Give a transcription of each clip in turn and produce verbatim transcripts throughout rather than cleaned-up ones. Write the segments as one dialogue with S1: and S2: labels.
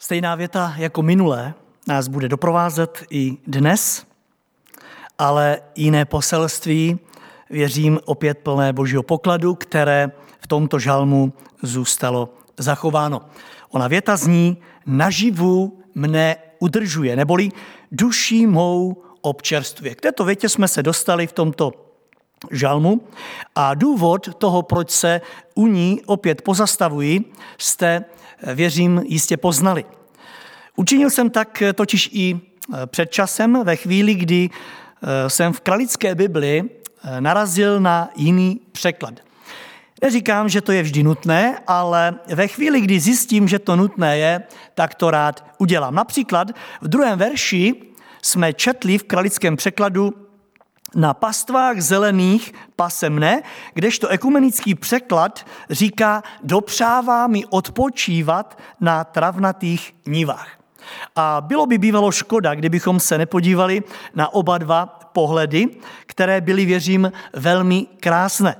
S1: Stejná věta jako minulé nás bude doprovázet i dnes, ale jiné poselství, věřím, opět plné Božího pokladu, které v tomto žalmu zůstalo zachováno. Ona věta zní: naživu mne udržuje, neboli duši mou občerstvuje. K této větě jsme se dostali v tomto žalmu a důvod toho, proč se u ní opět pozastavuji, jste, věřím, jistě poznali. Učinil jsem tak totiž i před časem, ve chvíli, kdy jsem v Kralické Bibli narazil na jiný překlad. Neříkám, že to je vždy nutné, ale ve chvíli, kdy zjistím, že to nutné je, tak to rád udělám. Například v druhém verši jsme četli v kralickém překladu: na pastvách zelených pase mne, kdežto ekumenický překlad říká: dopřává mi odpočívat na travnatých nivách. A bylo by bývalo škoda, kdybychom se nepodívali na oba dva pohledy, které byly, věřím, velmi krásné.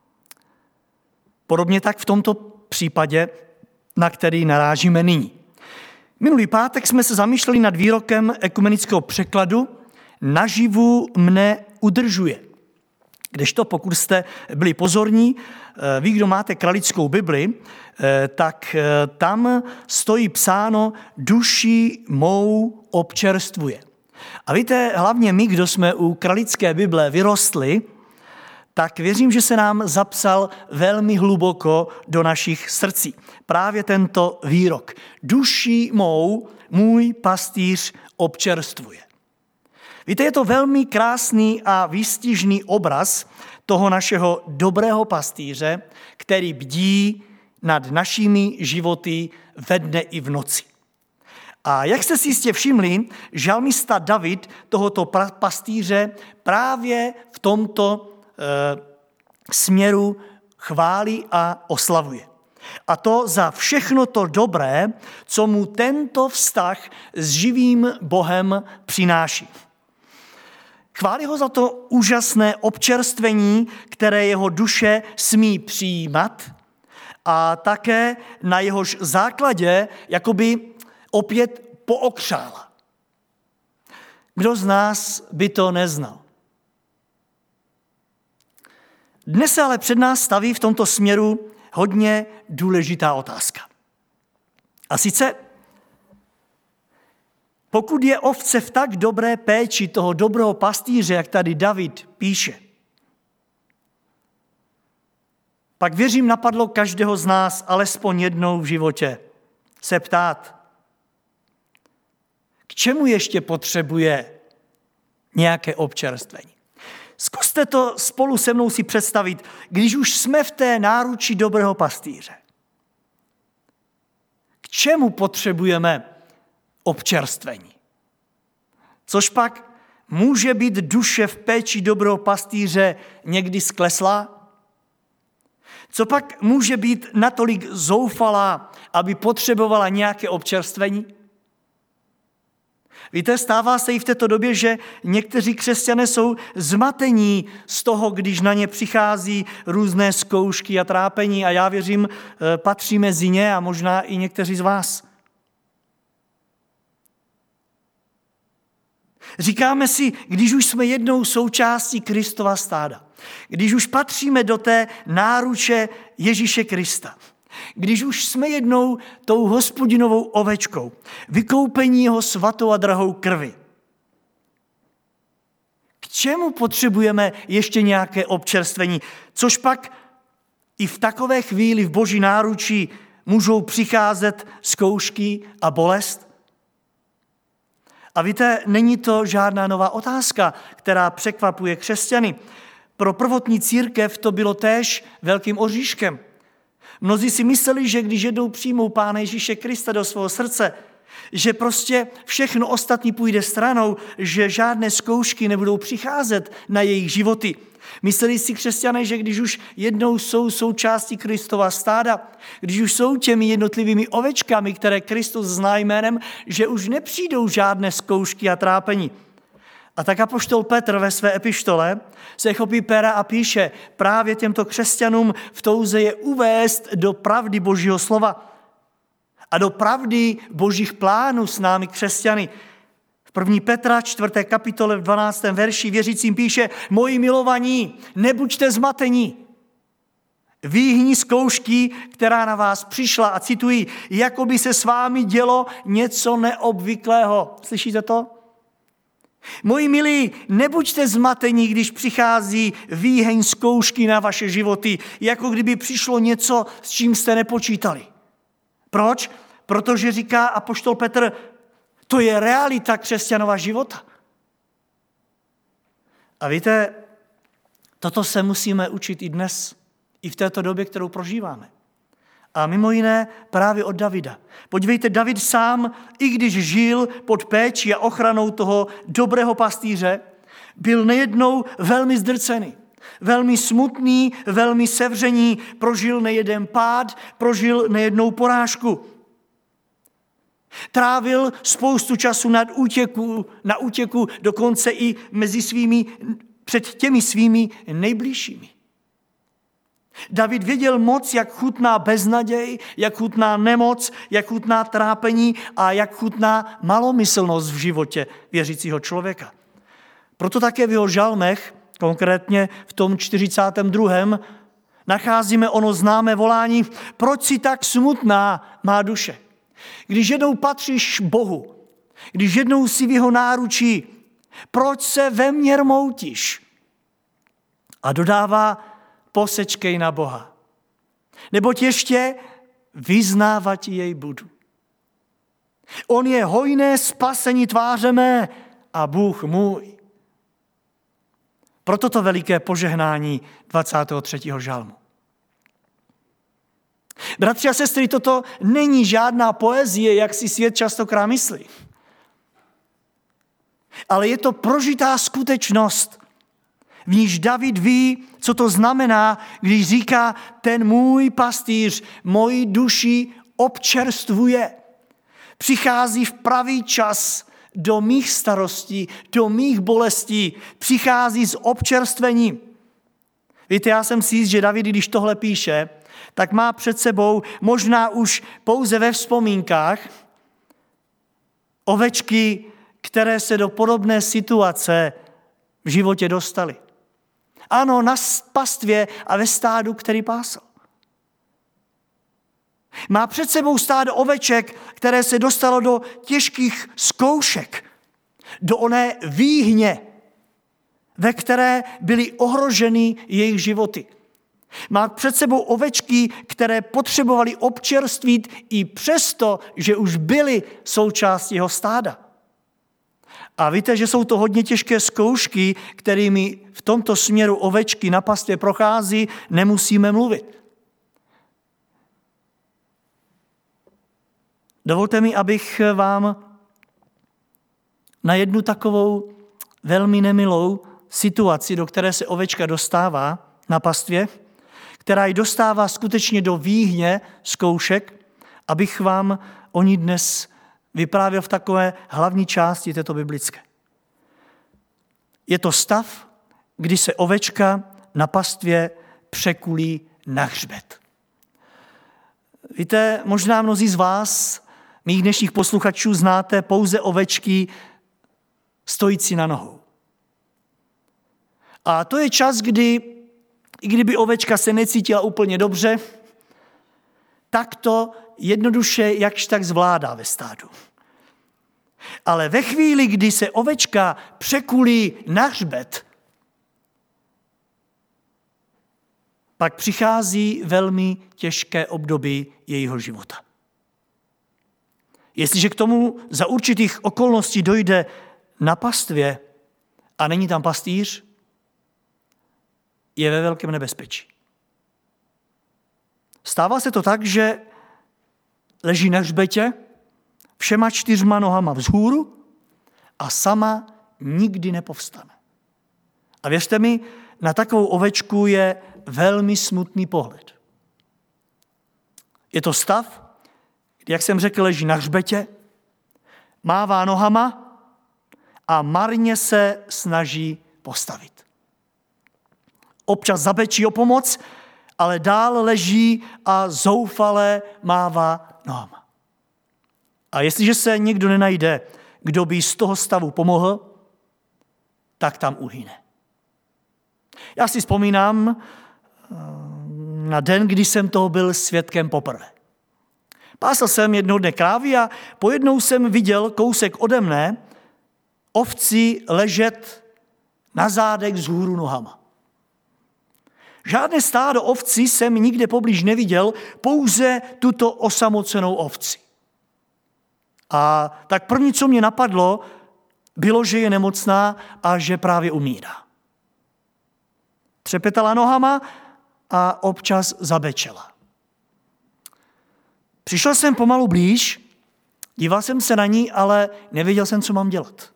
S1: Podobně tak v tomto případě, na který narážíme nyní. Minulý pátek jsme se zamýšleli nad výrokem ekumenického překladu: naživu mne udržuje. Kdežto pokud jste byli pozorní, vy, kdo máte kralickou Bibli, tak tam stojí psáno: duši mou občerstvuje. A víte, hlavně my, kdo jsme u kralické Bible vyrostli, tak věřím, že se nám zapsal velmi hluboko do našich srdcí. Právě tento výrok: duši mou můj pastýř občerstvuje. Víte, je to velmi krásný a výstižný obraz toho našeho dobrého pastýře, který bdí nad našimi životy ve dne i v noci. A jak jste si jistě všimli, žalmista David tohoto pastýře právě v tomto e, směru chválí a oslavuje. A to za všechno to dobré, co mu tento vztah s živým Bohem přináší. Chválí ho za to úžasné občerstvení, které jeho duše smí přijímat, a také na jehož základě jakoby opět pookřála. Kdo z nás by to neznal? Dnes se ale před nás staví v tomto směru hodně důležitá otázka. A sice, pokud je ovce v tak dobré péči toho dobrého pastýře, jak tady David píše, pak věřím, napadlo každého z nás alespoň jednou v životě se ptát, k čemu ještě potřebuje nějaké občerstvení. Zkuste to spolu se mnou si představit, když už jsme v té náruči dobrého pastýře. K čemu potřebujeme občerstvení? Což pak může být duše v péči dobrého pastýře někdy skleslá? Co pak může být natolik zoufalá, aby potřebovala nějaké občerstvení? Víte, stává se i v této době, že někteří křesťané jsou zmatení z toho, když na ně přichází různé zkoušky a trápení, a já věřím, patří mezi ně a možná i někteří z vás. Říkáme si, když už jsme jednou součástí Kristova stáda, když už patříme do té náruče Ježíše Krista, když už jsme jednou tou Hospodinovou ovečkou, vykoupení jeho svatou a drahou krvi, k čemu potřebujeme ještě nějaké občerstvení, což pak i v takové chvíli v Boží náručí můžou přicházet zkoušky a bolest? A víte, není to žádná nová otázka, která překvapuje křesťany. Pro prvotní církev to bylo též velkým oříškem. Mnozí si mysleli, že když jednou přijmou Pána Ježíše Krista do svého srdce, že prostě všechno ostatní půjde stranou, že žádné zkoušky nebudou přicházet na jejich životy. Mysleli si křesťané, že když už jednou jsou součástí Kristova stáda, když už jsou těmi jednotlivými ovečkami, které Kristus zná jménem, že už nepřijdou žádné zkoušky a trápení. A tak apoštol Petr ve své epištole se chopí pera a píše právě těmto křesťanům v touze je uvést do pravdy Božího slova. a do pravdy božích plánů s námi křesťany. V první Petra, čtvrté kapitole, v dvanáctém verši věřícím píše: moji milovaní, nebuďte zmatení. Výhni zkoušky, která na vás přišla, a cituji, jako by se s vámi dělo něco neobvyklého. Slyšíte to? Moji milí, nebuďte zmatení, když přichází výheň zkoušky na vaše životy, jako kdyby přišlo něco, s čím jste nepočítali. Proč? Protože říká apoštol Petr, to je realita křesťanova života. A víte, toto se musíme učit i dnes, i v této době, kterou prožíváme. A mimo jiné právě od Davida. Podívejte, David sám, i když žil pod péčí a ochranou toho dobrého pastýře, byl nejednou velmi zdrcený, velmi smutný, velmi sevřený, prožil nejeden pád, prožil nejednou porážku. Trávil spoustu času nad útěku, na útěku, dokonce i mezi svými, před těmi svými nejbližšími. David věděl moc, jak chutná beznaděj, jak chutná nemoc, jak chutná trápení a jak chutná malomyslnost v životě věřícího člověka. Proto také v jeho žalmech, konkrétně v tom čtyřicátém druhém nacházíme ono známé volání: proč si tak smutná, má duše? Když jednou patříš Bohu, když jednou si v jeho náručí, proč se ve mně rmoutíš? A dodává: posečkej na Boha, neboť ještě vyznávat jej budu. On je hojné spasení tváře mé a Bůh můj. Proto to veliké požehnání dvacátého třetího žalmu. Bratři a sestry, toto není žádná poezie, jak si svět častokrát myslí. Ale je to prožitá skutečnost, v níž David ví, co to znamená, když říká: ten můj pastýř moji duši občerstvuje. Přichází v pravý čas do mých starostí, do mých bolestí, přichází s občerstvením. Víte, já jsem si jist, že David, když tohle píše, tak má před sebou možná už pouze ve vzpomínkách ovečky, které se do podobné situace v životě dostaly. Ano, na pastvě a ve stádu, který pásl. Má před sebou stádo oveček, které se dostalo do těžkých zkoušek, do oné výhně, ve které byly ohroženy jejich životy. Má před sebou ovečky, které potřebovaly občerstvít i přesto, že už byly součástí jeho stáda. A víte, že jsou to hodně těžké zkoušky, kterými v tomto směru ovečky na pastvě prochází, nemusíme mluvit. Dovolte mi, abych vám na jednu takovou velmi nemilou situaci, do které se ovečka dostává na pastvě, která ji dostává skutečně do výhně zkoušek, abych vám o ní dnes vyprávěl v takové hlavní části této biblické. Je to stav, kdy se ovečka na pastvě překulí na hřbet. Víte, možná mnozí z vás, mých dnešních posluchačů, znáte pouze ovečky stojící na nohou. A to je čas, kdy, i kdyby ovečka se necítila úplně dobře, tak to jednoduše jakž tak zvládá ve stádu. Ale ve chvíli, kdy se ovečka překulí na hřbet, pak přichází velmi těžké období jejího života. Jestliže k tomu za určitých okolností dojde na pastvě a není tam pastýř, je ve velkém nebezpečí. Stává se to tak, že leží na hřbetě, všema čtyřma nohama vzhůru a sama nikdy nepovstane. A věřte mi, na takovou ovečku je velmi smutný pohled. Je to stav, kdy, jak jsem řekl, leží na hřbetě, mává nohama a marně se snaží postavit. Občas zabečí o pomoc, ale dál leží a zoufale mává nohama. A jestliže se někdo nenajde, kdo by z toho stavu pomohl, tak tam uhyne. Já si vzpomínám na den, kdy jsem toho byl svědkem poprvé. Pásl jsem jednoho dne krávy a pojednou jsem viděl kousek ode mne ovci ležet na zádech vzhůru nohama. Žádné stádo ovcí jsem nikde poblíž neviděl, pouze tuto osamocenou ovci. A tak první, co mě napadlo, bylo, že je nemocná a že právě umírá. Třepetala nohama a občas zabečela. Přišel jsem pomalu blíž, díval jsem se na ní, ale nevěděl jsem, co mám dělat.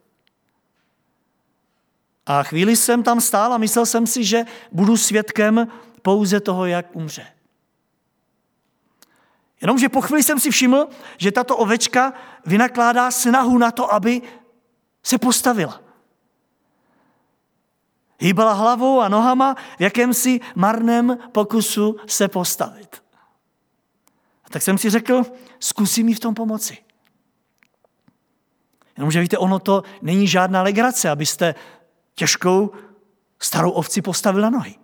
S1: A chvíli jsem tam stál a myslel jsem si, že budu svědkem pouze toho, jak umře. Jenomže po chvíli jsem si všiml, že tato ovečka vynakládá snahu na to, aby se postavila. Hýbala hlavou a nohama v jakémsi marném pokusu se postavit. A tak jsem si řekl, zkusím jí v tom pomoci. Jenomže víte, ono to není žádná legrace, abyste těžkou starou ovci postavil na nohy.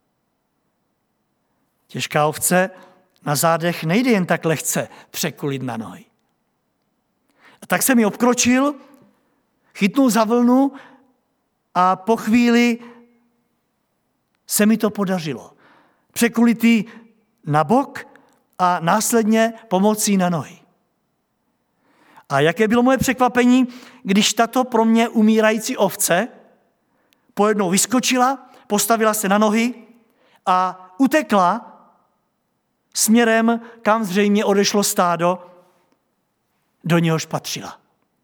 S1: Těžká ovce na zádech nejde jen tak lehce překulit na nohy. A tak jsem ji obkročil, chytnul za vlnu a po chvíli se mi to podařilo. Překulit ji na bok a následně pomocí na nohy. A jaké bylo moje překvapení, když tato pro mě umírající ovce pojednou vyskočila, postavila se na nohy a utekla směrem, kam zřejmě odešlo stádo, do něhož patřila.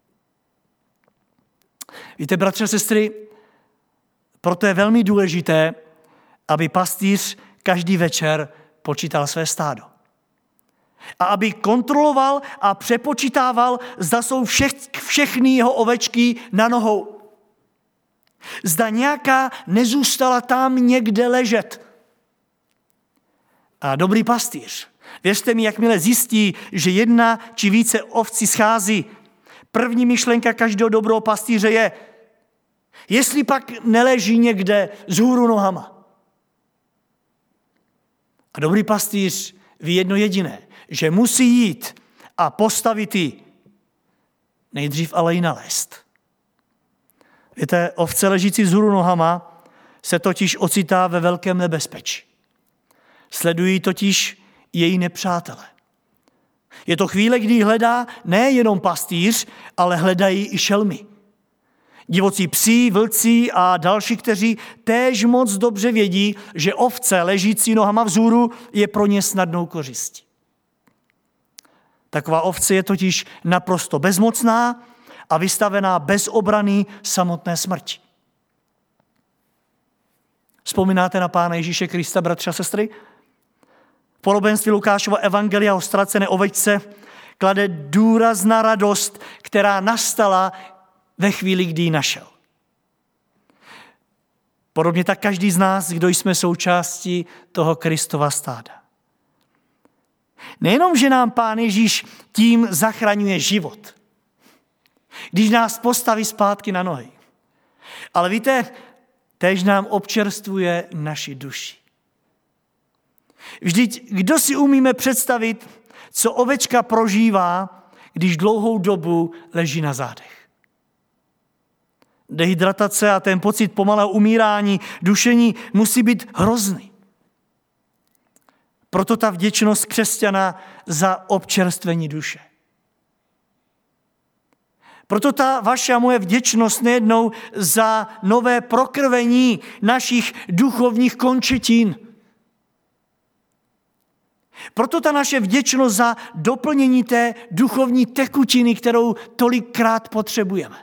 S1: Víte, bratři a sestry, proto je velmi důležité, aby pastýř každý večer počítal své stádo. A aby kontroloval a přepočítával, zda jsou všech, všechny jeho ovečky na nohou. Zda nějaká nezůstala tam někde ležet. A dobrý pastýř, věřte mi, jakmile zjistí, že jedna či více ovcí schází, první myšlenka každého dobrého pastýře je, jestli pak neleží někde vzhůru nohama. A dobrý pastýř ví jedno jediné, že musí jít a postavit ji. Nejdřív ale ji nalézt. Víte, ovce ležící vzhůru nohama se totiž ocitá ve velkém nebezpečí. Sledují totiž její nepřátele. Je to chvíle, kdy hledá nejenom pastýř, ale hledají i šelmy. Divocí psi, vlci a další, kteří též moc dobře vědí, že ovce ležící nohama vzhůru je pro ně snadnou kořistí. Taková ovce je totiž naprosto bezmocná a vystavená bez obrany samotné smrti. Vzpomínáte na Pána Ježíše Krista, bratři a sestry? V podobenství Lukášova evangelia o ztracené ovečce klade důraz na radost, která nastala ve chvíli, kdy ji našel. Podobně tak každý z nás, kdo jsme součástí toho Kristova stáda. Nejenom, že nám Pán Ježíš tím zachraňuje život, když nás postaví zpátky na nohy, ale víte, též nám občerstvuje naši duši. Vždyť kdo si umíme představit, co ovečka prožívá, když dlouhou dobu leží na zádech? Dehydratace a ten pocit pomalého umírání, dušení musí být hrozný. Proto ta vděčnost křesťana za občerstvení duše. Proto ta vaše a moje vděčnost nejednou za nové prokrvení našich duchovních končetin. Proto ta naše vděčnost za doplnění té duchovní tekutiny, kterou tolikrát potřebujeme.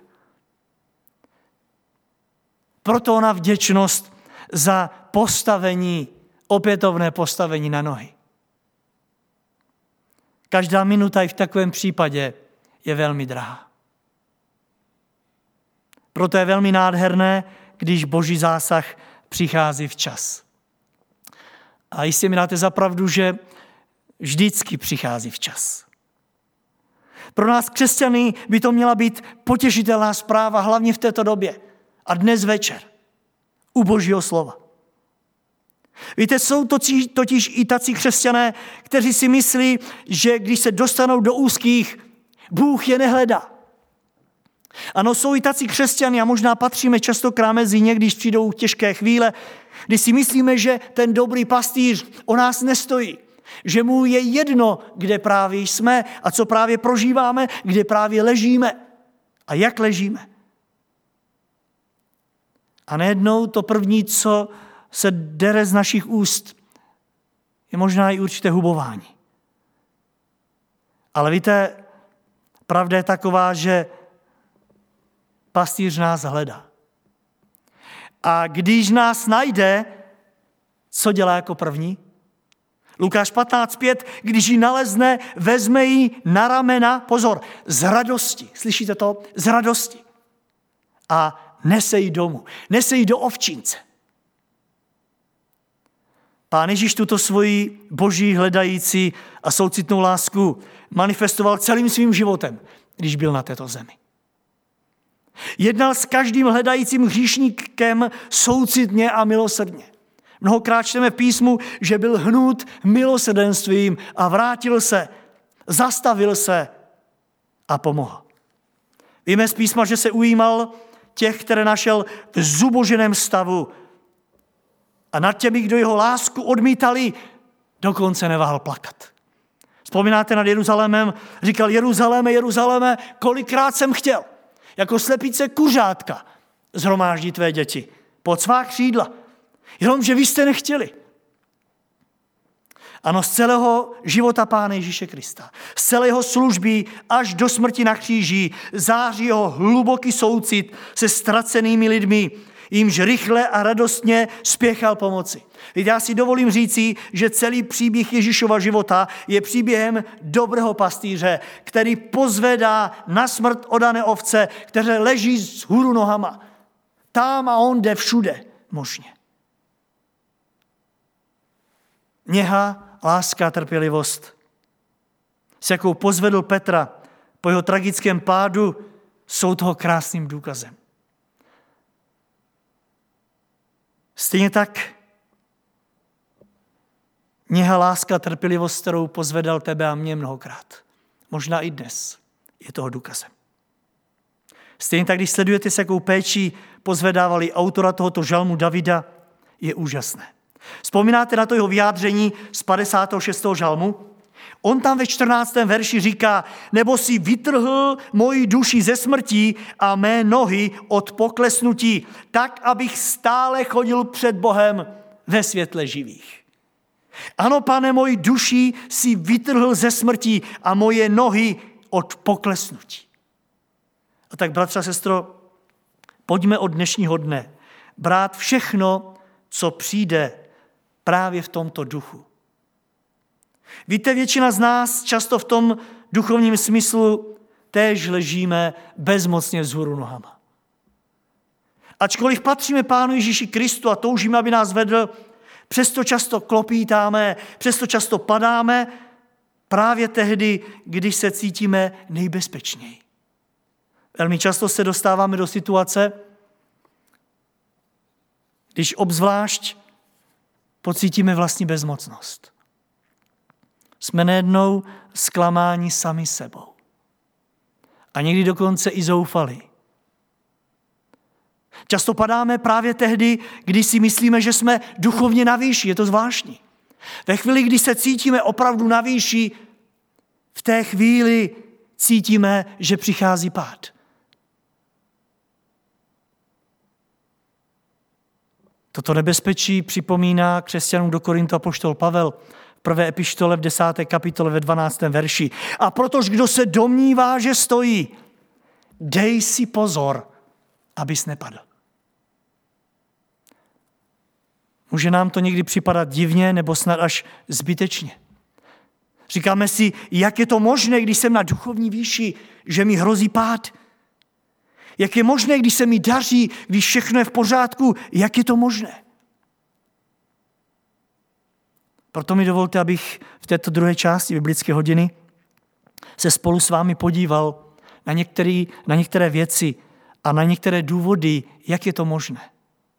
S1: Proto ona vděčnost za postavení, opětovné postavení na nohy. Každá minuta i v takovém případě je velmi drahá. Proto je velmi nádherné, když Boží zásah přichází včas. A jistě mi dáte za pravdu, že vždycky přichází včas. Pro nás křesťany by to měla být potěšitelná zpráva, hlavně v této době. A dnes večer u Božího slova. Víte, jsou totiž, totiž i tací křesťané, kteří si myslí, že když se dostanou do úzkých, Bůh je nehledá. Ano, jsou i tací křesťané a možná patříme častokrát mezi ně, když přijdou těžké chvíle, kdy si myslíme, že ten dobrý pastýř o nás nestojí. Že mu je jedno, kde právě jsme a co právě prožíváme, kde právě ležíme a jak ležíme. A nejednou to první, co se dere z našich úst, je možná i určité hubování. Ale víte, pravda je taková, že pastýř nás hledá. A když nás najde, co dělá jako první? Lukáš patnáct pět, když ji nalezne, vezme ji na ramena, pozor, z radosti. Slyšíte to? Z radosti. A nese ji domů. Nese ji do ovčince. Pán Ježíš tuto svoji boží hledající a soucitnou lásku manifestoval celým svým životem, když byl na této zemi. Jednal s každým hledajícím hříšníkem soucitně a milosrdně. Mnohokrát čteme v písmu, že byl hnut milosrdenstvím a vrátil se, zastavil se a pomohl. Víme z písma, že se ujímal těch, které našel v zuboženém stavu a nad těmi, kdo jeho lásku odmítali, dokonce neváhal plakat. Vzpomínáte nad Jeruzalémem? Říkal, Jeruzaléme, Jeruzaléme, kolikrát jsem chtěl, jako slepice kuřátka, shromáždit tvé děti pod svá křídla. Jenomže vy jste nechtěli. Ano, z celého života Pána Ježíše Krista, z celé jeho služby až do smrti na kříži září jeho hluboký soucit se ztracenými lidmi, jimž rychle a radostně spěchal pomoci. Víte, já si dovolím říci, že celý příběh Ježíšova života je příběhem dobrého pastýře, který pozvedá na smrt oddané ovce, které leží z hůru nohama. Tam a on jde všude možně. Něha, láska a trpělivost, s jakou pozvedl Petra po jeho tragickém pádu, jsou toho krásným důkazem. Stejně tak něha, láska a trpělivost, kterou pozvedal tebe a mě mnohokrát. Možná i dnes je toho důkazem. Stejně tak, když sledujete, s jakou péčí pozvedávali autora tohoto žalmu Davida, je úžasné. Vzpomínáte na to jeho vyjádření z padesátého šestého žalmu? On tam ve čtrnáctém verši říká, nebo si vytrhl moji duši ze smrti a mé nohy od poklesnutí, tak, abych stále chodil před Bohem ve světle živých. Ano, Pane, moji duši si vytrhl ze smrti a moje nohy od poklesnutí. A tak, bratře a sestro, pojďme od dnešního dne brát všechno, co přijde právě v tomto duchu. Víte, většina z nás často v tom duchovním smyslu též ležíme bezmocně vzhůru nohama. Ačkoliv patříme Pánu Ježíši Kristu a toužíme, aby nás vedl, přesto často klopítáme, přesto často padáme, právě tehdy, když se cítíme nejbezpečněji. Velmi často se dostáváme do situace, když obzvlášť pocítíme vlastní bezmocnost. Jsme nejednou zklamáni sami sebou. A někdy dokonce i zoufalí. Často padáme právě tehdy, když si myslíme, že jsme duchovně na výši. Je to zvláštní. Ve chvíli, kdy se cítíme opravdu na výši, v té chvíli cítíme, že přichází pád. Toto nebezpečí připomíná křesťanům do Korintu apoštol Pavel v prvé epištole v desáté kapitole ve dvanáctém verši. A protože kdo se domnívá, že stojí, dej si pozor, abys nepadl. Může nám to někdy připadat divně nebo snad až zbytečně. Říkáme si, jak je to možné, když jsem na duchovní výši, že mi hrozí pád. Jak je možné, když se mi daří, když všechno je v pořádku, jak je to možné? Proto mi dovolte, abych v této druhé části biblické hodiny se spolu s vámi podíval na, některý, na některé věci a na některé důvody, jak je to možné.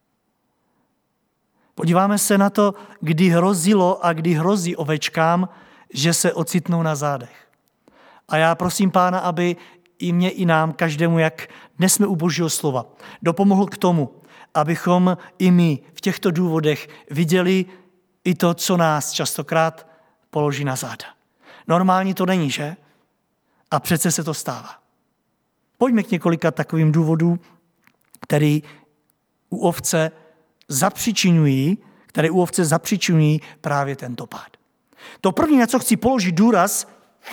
S1: Podíváme se na to, kdy hrozilo a kdy hrozí ovečkám, že se ocitnou na zádech. A já prosím Pána, aby i mě, i nám, každému, jak dnes jsme u Božího slova, dopomohl k tomu, abychom i my v těchto důvodech viděli i to, co nás častokrát položí na záda. Normální to není, že? A přece se to stává. Pojďme k několika takovým důvodům, který u ovce zapřičiňují, které u ovce zapřičiňují právě tento pád. To první, na co chci položit důraz,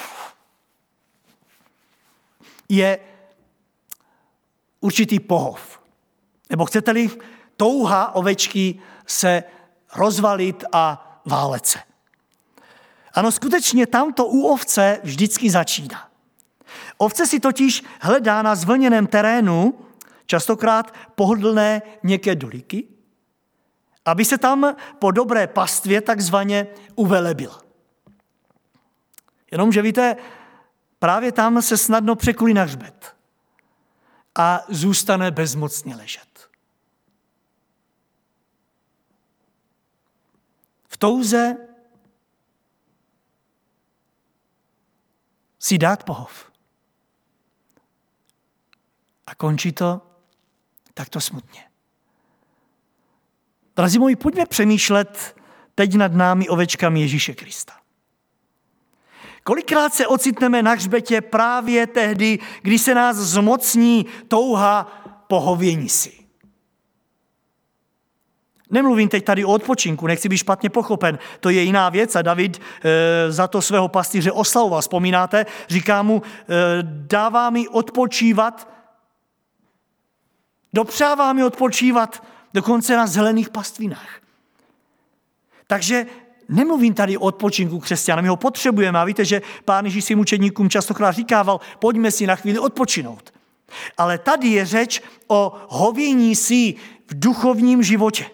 S1: je určitý pohov. Nebo chcete-li touha ovečky se rozvalit a válet se. Ano, skutečně tamto u ovce vždycky začíná. Ovce si totiž hledá na zvlněném terénu častokrát pohodlné měkké dolíky, aby se tam po dobré pastvě takzvaně uvelebila. Jenomže víte, právě tam se snadno překulí na hřbet a zůstane bezmocně ležet. V touze si dát pohov. A končí to takto smutně. Drazí moji, pojďme přemýšlet teď nad námi ovečkami Ježíše Krista. Kolikrát se ocitneme na hřbetě právě tehdy, kdy se nás zmocní touha po hovění si. Nemluvím teď tady o odpočinku, nechci být špatně pochopen, to je jiná věc a David e, za to svého pastýře oslavoval, vzpomínáte? Říká mu, e, dává mi odpočívat, dopřává mi odpočívat dokonce na zelených pastvinách. Takže nemluvím tady o odpočinku křesťana, my ho potřebujeme a víte, že Pán Ježíš svým učedníkům častokrát říkával, pojďme si na chvíli odpočinout. Ale tady je řeč o hovění si v duchovním životě.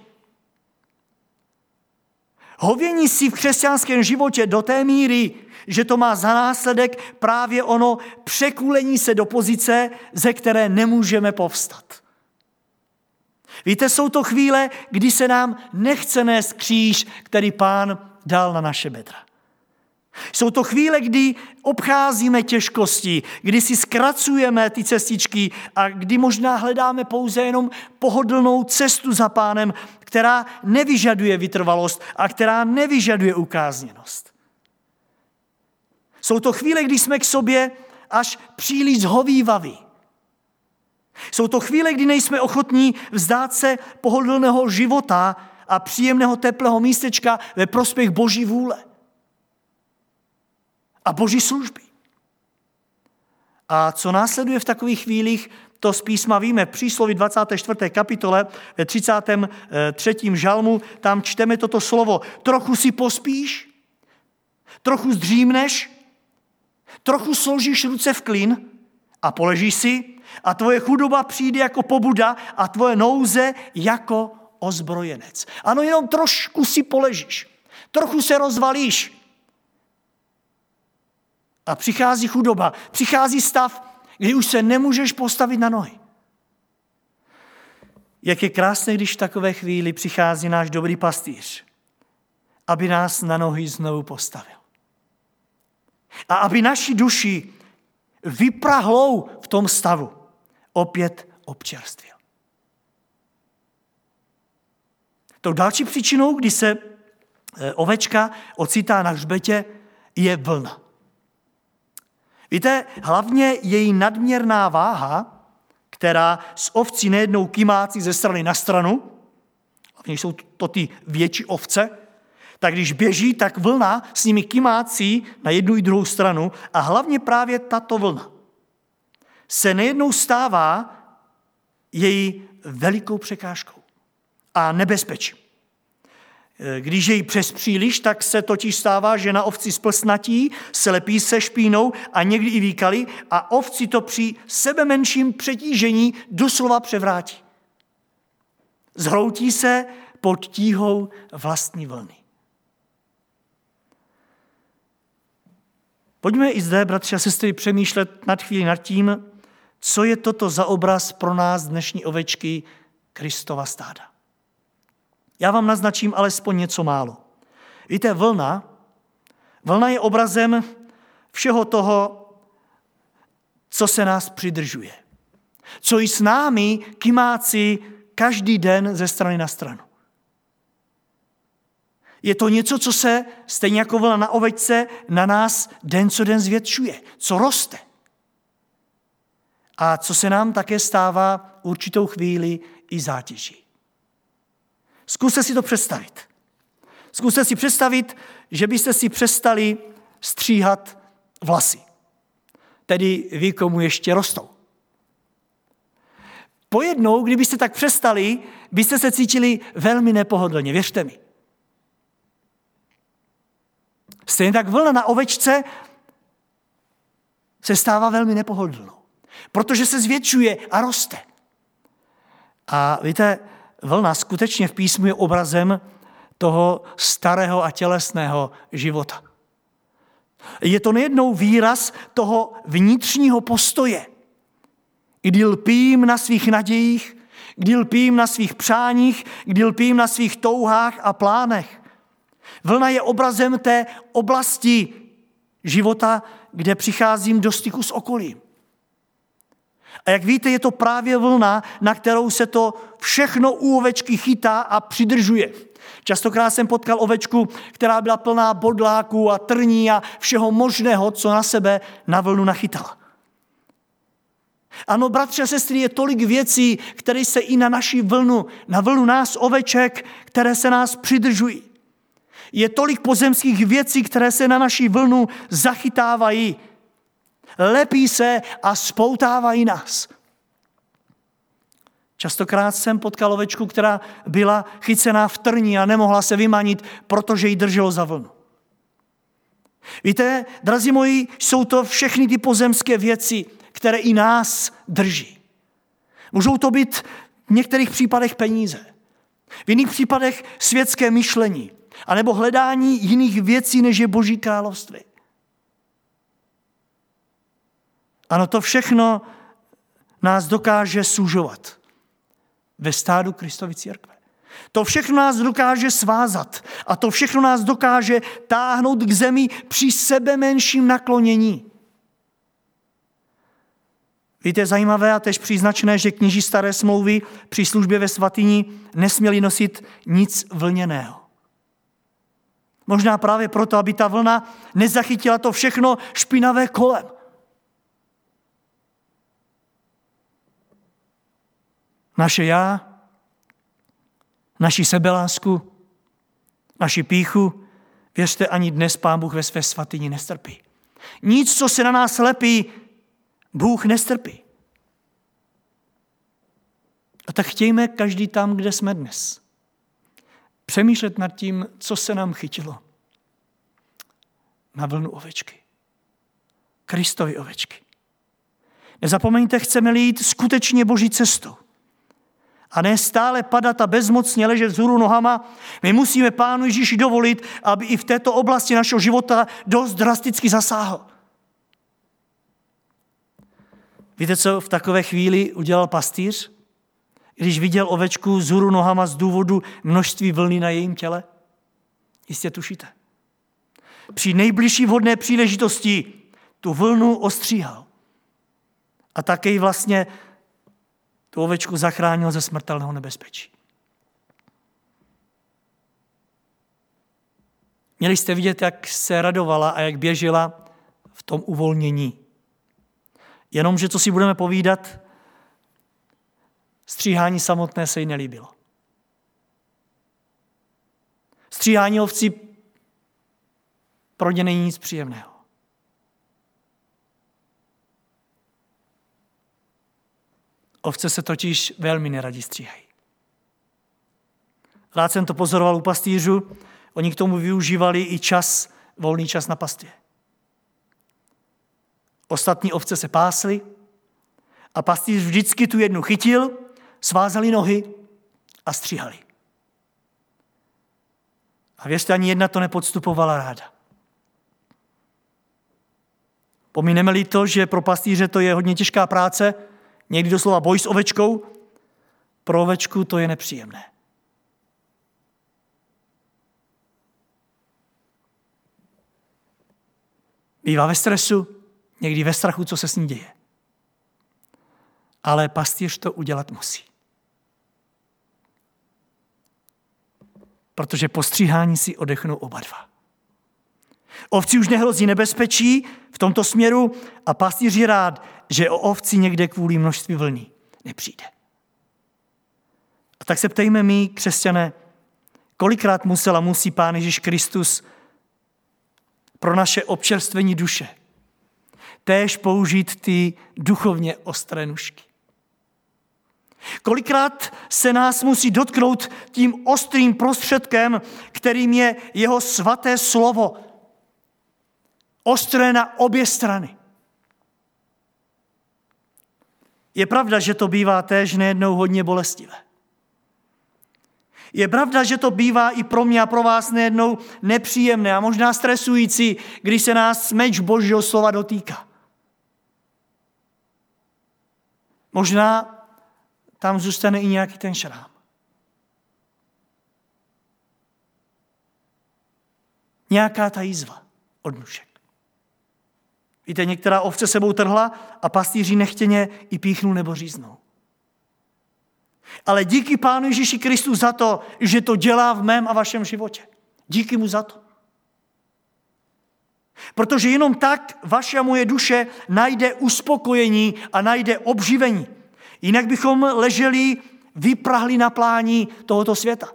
S1: Hovění si v křesťanském životě do té míry, že to má za následek právě ono překulení se do pozice, ze které nemůžeme povstat. Víte, jsou to chvíle, kdy se nám nechce nést kříž, který Pán dal na naše bedra. Jsou to chvíle, kdy obcházíme těžkosti, kdy si zkracujeme ty cestičky a kdy možná hledáme pouze jenom pohodlnou cestu za Pánem, která nevyžaduje vytrvalost a která nevyžaduje ukázněnost. Jsou to chvíle, kdy jsme k sobě až příliš zhovývaví. Jsou to chvíle, kdy nejsme ochotní vzdát se pohodlného života a příjemného teplého místečka ve prospěch Boží vůle a Boží služby. A co následuje v takových chvílích, to z písma víme. V přísloví dvacáté čtvrté kapitole ve třicátém třetím žalmu, tam čteme toto slovo. Trochu si pospíš, trochu zdřímneš, trochu složíš ruce v klin a poležíš si a tvoje chudoba přijde jako pobuda a tvoje nouze jako ozbrojenec. Ano, jenom trošku si poležíš, trochu se rozvalíš a přichází chudoba, přichází stav, kdy už se nemůžeš postavit na nohy. Jak je krásné, když v takové chvíli přichází náš dobrý pastýř, aby nás na nohy znovu postavil. A aby naši duši vyprahlou v tom stavu opět občerstvil. Tou další příčinou, kdy se ovečka ocitá na hřbetě, je vlna. Víte, hlavně její nadměrná váha, která s ovcí nejednou kymácí ze strany na stranu, hlavně jsou to ty větší ovce, tak když běží, tak vlna s nimi kymácí na jednu i druhou stranu a hlavně právě tato vlna se nejednou stává její velikou překážkou a nebezpečím. Když je jí přes příliš, tak se totiž stává, že na ovci splsnatí, slepí se špínou a někdy i výkali a ovci to při sebe menším přetížení doslova převrátí. Zhroutí se pod tíhou vlastní vlny. Pojďme i zde, bratři a sestry, přemýšlet nad chvíli nad tím, co je toto za obraz pro nás dnešní ovečky Kristova stáda. Já vám naznačím alespoň něco málo. Víte, vlna, vlna je obrazem všeho toho, co se nás přidržuje. Co i s námi kymácí každý den ze strany na stranu. Je to něco, co se, stejně jako vlna na ovečce, na nás den co den zvětšuje, co roste. A co se nám také stává určitou chvíli i zátěží. Zkuste si to představit. Zkuste si představit, že byste si přestali stříhat vlasy. Tedy vy, komu ještě rostou. Pojednou, kdybyste tak přestali, byste se cítili velmi nepohodlně, věřte mi. Stejně tak vlna na ovečce se stává velmi nepohodlnou, protože se zvětšuje a roste. A víte, vlna skutečně v písmu je obrazem toho starého a tělesného života. Je to nejednou výraz toho vnitřního postoje, kdy lpím na svých nadějích, kdy lpím na svých přáních, kdy lpím na svých touhách a plánech. Vlna je obrazem té oblasti života, kde přicházím do styku s okolím. A jak víte, je to právě vlna, na kterou se to všechno u ovečky chytá a přidržuje. Častokrát jsem potkal ovečku, která byla plná bodláků a trní a všeho možného, co na sebe na vlnu nachytala. Ano, bratři a sestry, je tolik věcí, které se i na naši vlnu, na vlnu nás oveček, které se nás přidržují. Je tolik pozemských věcí, které se na naši vlnu zachytávají, lepí se a spoutávají nás. Častokrát jsem potkal ovečku, která byla chycená v trni a nemohla se vymanit, protože ji drželo za vlnu. Víte, drazí moji, jsou to všechny ty pozemské věci, které i nás drží. Můžou to být v některých případech peníze, v jiných případech světské myšlení, anebo hledání jiných věcí, než je Boží království. Ano, to všechno nás dokáže sužovat ve stádu Kristovy církve. To všechno nás dokáže svázat a to všechno nás dokáže táhnout k zemi při sebe menším naklonění. Víte, je zajímavé a tež příznačné, že kněží staré smlouvy při službě ve svatyni nesměli nosit nic vlněného. Možná právě proto, aby ta vlna nezachytila to všechno špinavé kolem. Naše já, naši sebelásku, naši pýchu, věřte, ani dnes Pán Bůh ve své svatyni nestrpí. Nic, co se na nás lepí, Bůh nestrpí. A tak chtějme každý tam, kde jsme dnes, přemýšlet nad tím, co se nám chytilo na vlnu ovečky. Kristovy ovečky. Nezapomeňte, chceme jít skutečně Boží cestou. A ne stále padat a bezmocně ležet vzhůru nohama. My musíme Pánu Ježíši dovolit, aby i v této oblasti našeho života dost drasticky zasáhl. Víte, co v takové chvíli udělal pastýř, když viděl ovečku vzhůru nohama z důvodu množství vlny na jejím těle? Jistě tušíte. Při nejbližší vhodné příležitosti tu vlnu ostříhal. A také vlastně tu ovečku zachránil ze smrtelného nebezpečí. Měli jste vidět, jak se radovala a jak běžela v tom uvolnění. Jenomže, co si budeme povídat, stříhání samotné se jí nelíbilo. Stříhání ovcí pro ně není nic příjemného. Ovce se totiž velmi neradi stříhají. Rád jsem to pozoroval u pastýřů, oni k tomu využívali i čas, volný čas na pastvě. Ostatní ovce se pásly a pastýř vždycky tu jednu chytil, svázali nohy a stříhali. A věřte, ani jedna to nepodstupovala ráda. Pomineme-li to, že pro pastýře to je hodně těžká práce, někdy doslova boj s ovečkou, pro ovečku to je nepříjemné. Bývá ve stresu, někdy ve strachu, co se s ní děje. Ale pastýř to udělat musí. Protože po stříhání si odechnou oba dva. Ovci už nehrozí nebezpečí v tomto směru a pastýř je rád, že o ovci někde kvůli množství vlny nepřijde. A tak se ptejme my, křesťané, kolikrát musel a musí Pán Ježíš Kristus pro naše občerstvení duše též použít ty duchovně ostré nůžky. Kolikrát se nás musí dotknout tím ostrým prostředkem, kterým je jeho svaté slovo, ostré na obě strany. Je pravda, že to bývá též nejednou hodně bolestivé. Je pravda, že to bývá i pro mě a pro vás nejednou nepříjemné a možná stresující, když se nás meč Božího slova dotýká. Možná tam zůstane i nějaký ten šrám. Nějaká ta jízva od nůžek. Víte, některá ovce sebou trhla a pastýři nechtěně i píchnul nebo říznou. Ale díky Pánu Ježíši Kristu za to, že to dělá v mém a vašem životě. Díky mu za to. Protože jenom tak vaše a moje duše najde uspokojení a najde obživení. Jinak bychom leželi, vyprahli na plání tohoto světa.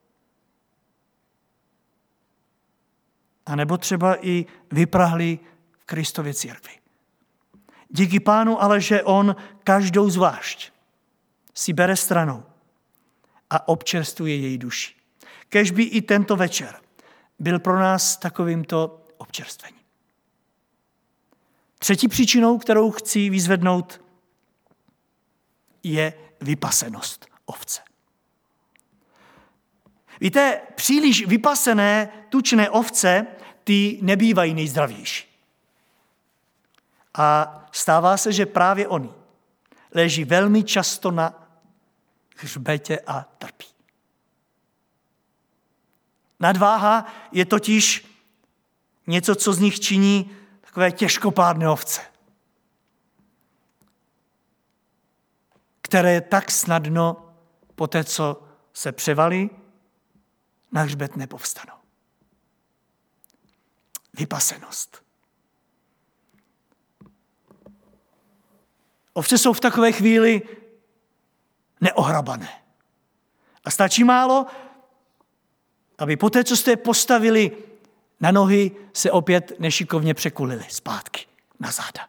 S1: A nebo třeba i vyprahli v Kristově církvi. Díky Pánu ale, že on každou zvlášť si bere stranou a občerstvuje její duši. Kéž by i tento večer byl pro nás takovýmto občerstvením. Třetí příčinou, kterou chci vyzvednout, je vypasenost ovce. Víte, příliš vypasené, tučné ovce, ty nebývají nejzdravější. A stává se, že právě oni leží velmi často na hřbetě a trpí. Nadváha je totiž něco, co z nich činí takové těžkopádné ovce, které tak snadno po té, co se převalí, na hřbet nepovstanou. Vypasenost. Ovce jsou v takové chvíli neohrabané. A stačí málo, aby poté, co jste je postavili na nohy, se opět nešikovně překulili zpátky na záda.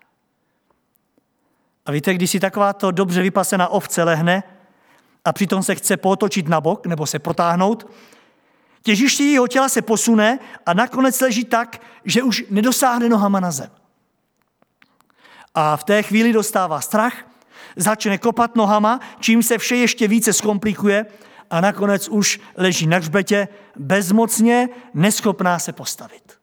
S1: A víte, když si takováto dobře vypasená ovce lehne a přitom se chce potočit na bok nebo se protáhnout, těžiště jeho těla se posune a nakonec leží tak, že už nedosáhne nohama na zem. A v té chvíli dostává strach, začne kopat nohama, čím se vše ještě více zkomplikuje a nakonec už leží na hřbetě bezmocně, neschopná se postavit.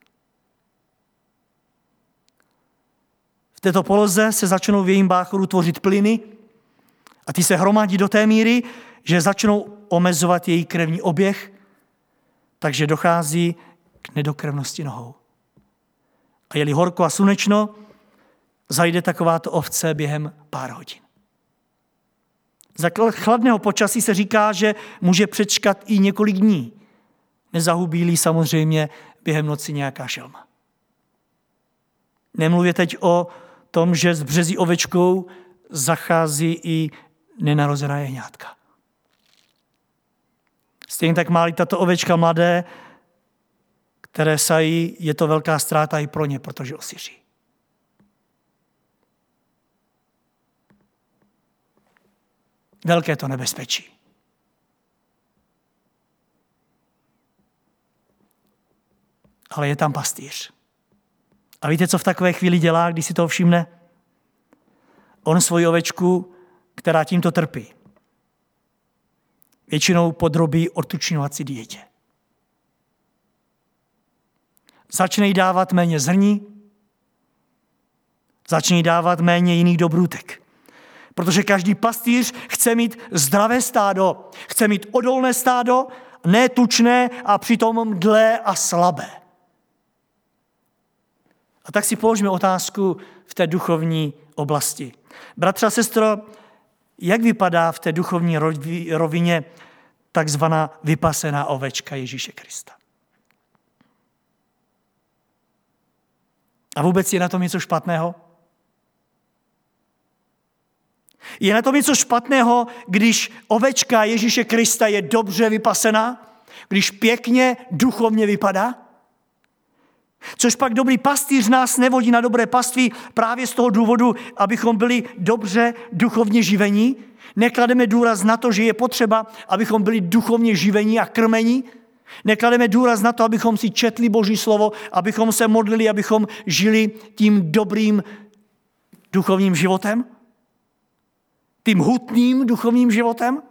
S1: V této poloze se začnou v jejím báchoru tvořit plyny a ty se hromadí do té míry, že začnou omezovat její krevní oběh, takže dochází k nedokrevnosti nohou. A je-li horko a slunečno, zajde takováto ovce během pár hodin. Za chladného počasí se říká, že může přečkat i několik dní. Nezahubí-li samozřejmě během noci nějaká šelma. Nemluvě teď o tom, že s březí ovečkou zachází i nenarozená jehňátka. Stejně tak má-li tato ovečka mladé, které sají, je to velká ztráta i pro ně, protože osiří. Velké to nebezpečí. Ale je tam pastýř. A víte, co v takové chvíli dělá, když si toho všimne? On svoji ovečku, která tímto trpí, většinou podrobí odtučňovací dietě. Začne jí dávat méně zrní, Začni dávat méně jiných dobrůtek. Protože každý pastýř chce mít zdravé stádo, chce mít odolné stádo, ne tučné a přitom mdlé a slabé. A tak si položíme otázku v té duchovní oblasti. Bratře a sestro, jak vypadá v té duchovní rovině takzvaná vypasená ovečka Ježíše Krista? A vůbec je na tom něco špatného? Je na tom něco špatného, když ovečka Ježíše Krista je dobře vypasená, když pěkně duchovně vypadá? Což pak dobrý pastýř nás nevodí na dobré paství právě z toho důvodu, abychom byli dobře duchovně živení. Neklademe důraz na to, že je potřeba, abychom byli duchovně živení a krmení. Neklademe důraz na to, abychom si četli Boží slovo, abychom se modlili, abychom žili tím dobrým duchovním životem. Tím hutným duchovním životem?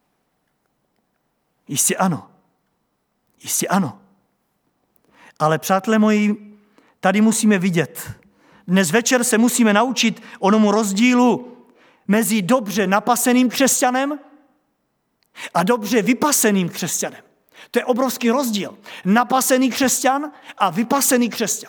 S1: Jistě ano. Jistě ano. Ale přátelé moji, tady musíme vidět. Dnes večer se musíme naučit onomu rozdílu mezi dobře napaseným křesťanem a dobře vypaseným křesťanem. To je obrovský rozdíl. Napasený křesťan a vypasený křesťan.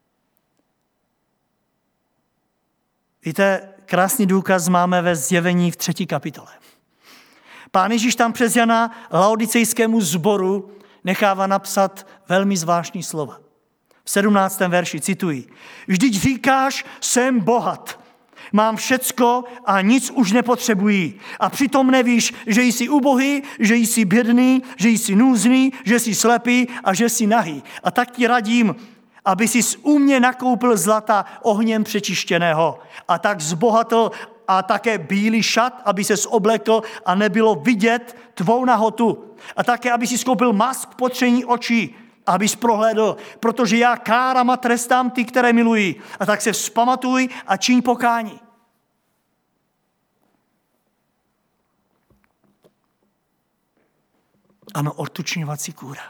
S1: Víte, krásný důkaz máme ve Zjevení v třetí kapitole. Pán Ježíš tam přes Jana laodicejskému sboru nechává napsat velmi zvláštní slova. V sedmnáctém verši cituji. Vždyť říkáš, jsem bohat, mám všecko a nic už nepotřebuji. A přitom nevíš, že jsi ubohý, že jsi bědný, že jsi nůzný, že jsi slepý a že jsi nahý. A tak ti radím, aby jsi u mě nakoupil zlata ohněm přečištěného a tak zbohatl a také bílý šat, aby ses oblekl a nebylo vidět tvou nahotu. A také, aby si skoupil mask k potření očí, abys prohlédl, protože já kárám a trestám ty, které milují. A tak se vzpamatuj a čiň pokání. Ano, odtučňovací kůra.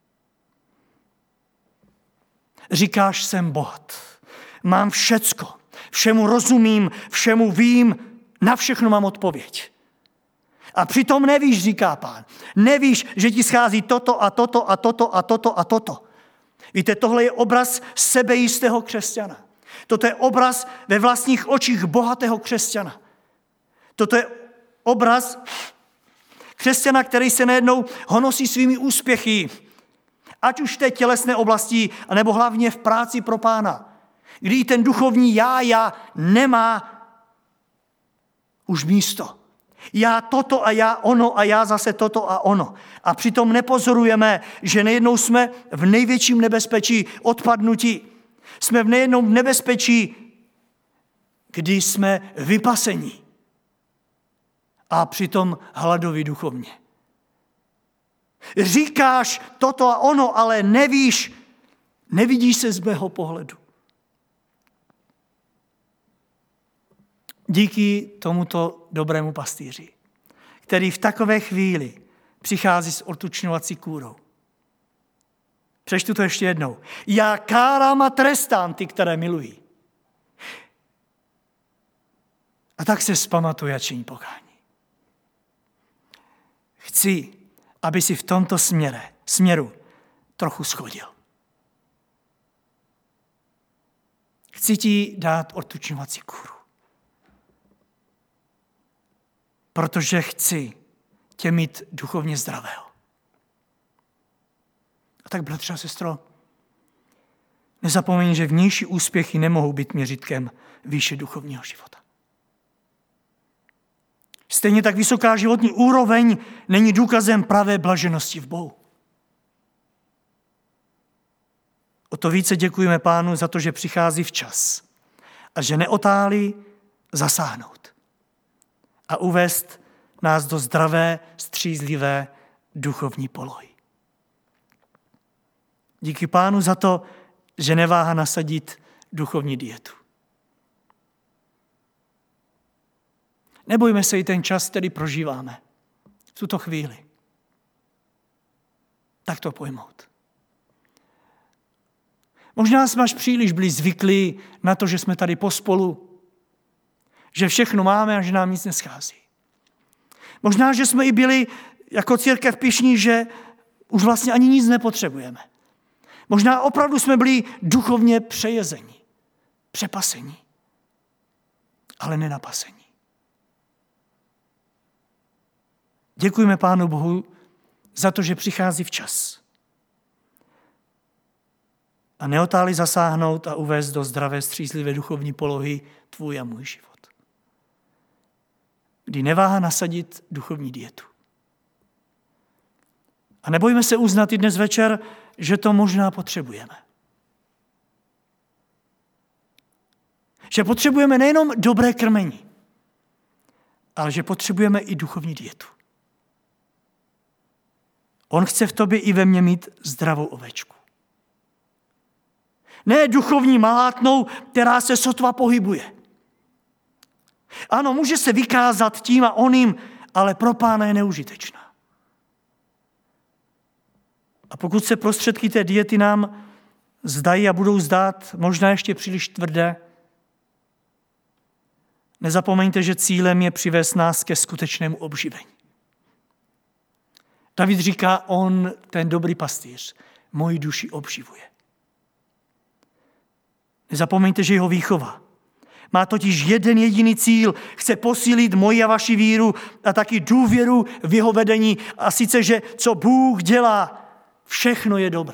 S1: Říkáš, jsem bohat, mám všecko, všemu rozumím, všemu vím, na všechno mám odpověď. A přitom nevíš, říká Pán, nevíš, že ti schází toto a toto a toto a toto a toto. Víte, tohle je obraz sebejistého křesťana. Toto je obraz ve vlastních očích bohatého křesťana. Toto je obraz křesťana, který se najednou honosí svými úspěchy, ať už v té tělesné oblasti, anebo hlavně v práci pro Pána. Kdy ten duchovní já, já nemá už místo. Já toto a já ono a já zase toto a ono. A přitom nepozorujeme, že nejednou jsme v největším nebezpečí odpadnutí. Jsme v nejednom nebezpečí, kdy jsme vypasení. A přitom hladoví duchovně. Říkáš toto a ono, ale nevíš, nevidíš se z mého pohledu. Díky tomuto dobrému pastýři, který v takové chvíli přichází s odtučňovací kůrou. Přečtu to ještě jednou. Já kárám a trestám ty, které milují. A tak se vzpamatuje a činí pokání. Chci, aby si v tomto směre, směru trochu schodil. Chci ti dát odtučňovací kůru. Protože chci tě mít duchovně zdravého. A tak, bratře a sestro, nezapomeň, že vnější úspěchy nemohou být měřítkem výše duchovního života. Stejně tak vysoká životní úroveň není důkazem pravé blaženosti v Bohu. O to více děkujeme Pánu za to, že přichází včas a že neotálí zasáhnout a uvést nás do zdravé, střízlivé duchovní polohy. Díky Pánu za to, že neváhá nasadit duchovní dietu. Nebojme se i ten čas, který prožíváme v tuto chvíli. Tak to pojmout. Možná jsme až příliš byli zvyklí na to, že jsme tady pospolu, že všechno máme a že nám nic neschází. Možná, že jsme i byli jako církev pyšní, že už vlastně ani nic nepotřebujeme. Možná opravdu jsme byli duchovně přejezeni, přepasení, ale nenapasení. Děkujeme Pánu Bohu za to, že přichází včas. A neotáli zasáhnout a uvést do zdravé, střízlivé duchovní polohy tvůj a můj život. Kdy neváhá nasadit duchovní dietu. A nebojme se uznat i dnes večer, že to možná potřebujeme. Že potřebujeme nejenom dobré krmení, ale že potřebujeme i duchovní dietu. On chce v tobě i ve mně mít zdravou ovečku. Ne duchovní malátnou, která se sotva pohybuje. Ano, může se vykázat tím a oným, ale pro Pána je neužitečná. A pokud se prostředky té diety nám zdají a budou zdát možná ještě příliš tvrdé, nezapomeňte, že cílem je přivést nás ke skutečnému obživení. David říká, on, ten dobrý pastýř, moji duši obživuje. Nezapomeňte, že jeho výchova má totiž jeden jediný cíl. Chce posílit moji a vaši víru a taky důvěru v jeho vedení. A sice, že co Bůh dělá, všechno je dobré.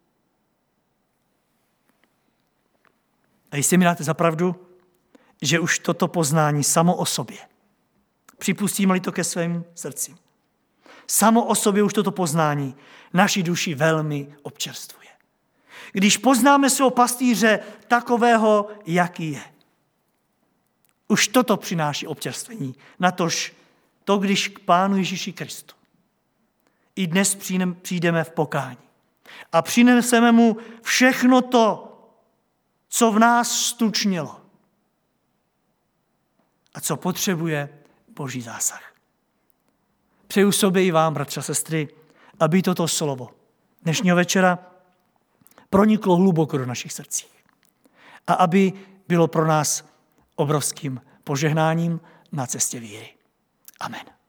S1: A jestli mi dáte za pravdu, že už toto poznání samo o sobě, připustíme-li to ke svým srdcím, samo o sobě už toto poznání naši duši velmi občerstvuje. Když poznáme svého pastýře takového, jaký je. Už toto přináší občerstvení. Natož to, když k Pánu Ježíši Kristu i dnes přijdeme v pokání a přineseme mu všechno to, co v nás stučnělo a co potřebuje Boží zásah. Přeju sobě i vám, bratři a sestry, aby toto slovo dnešního večera proniklo hluboko do našich srdcí a aby bylo pro nás obrovským požehnáním na cestě víry. Amen.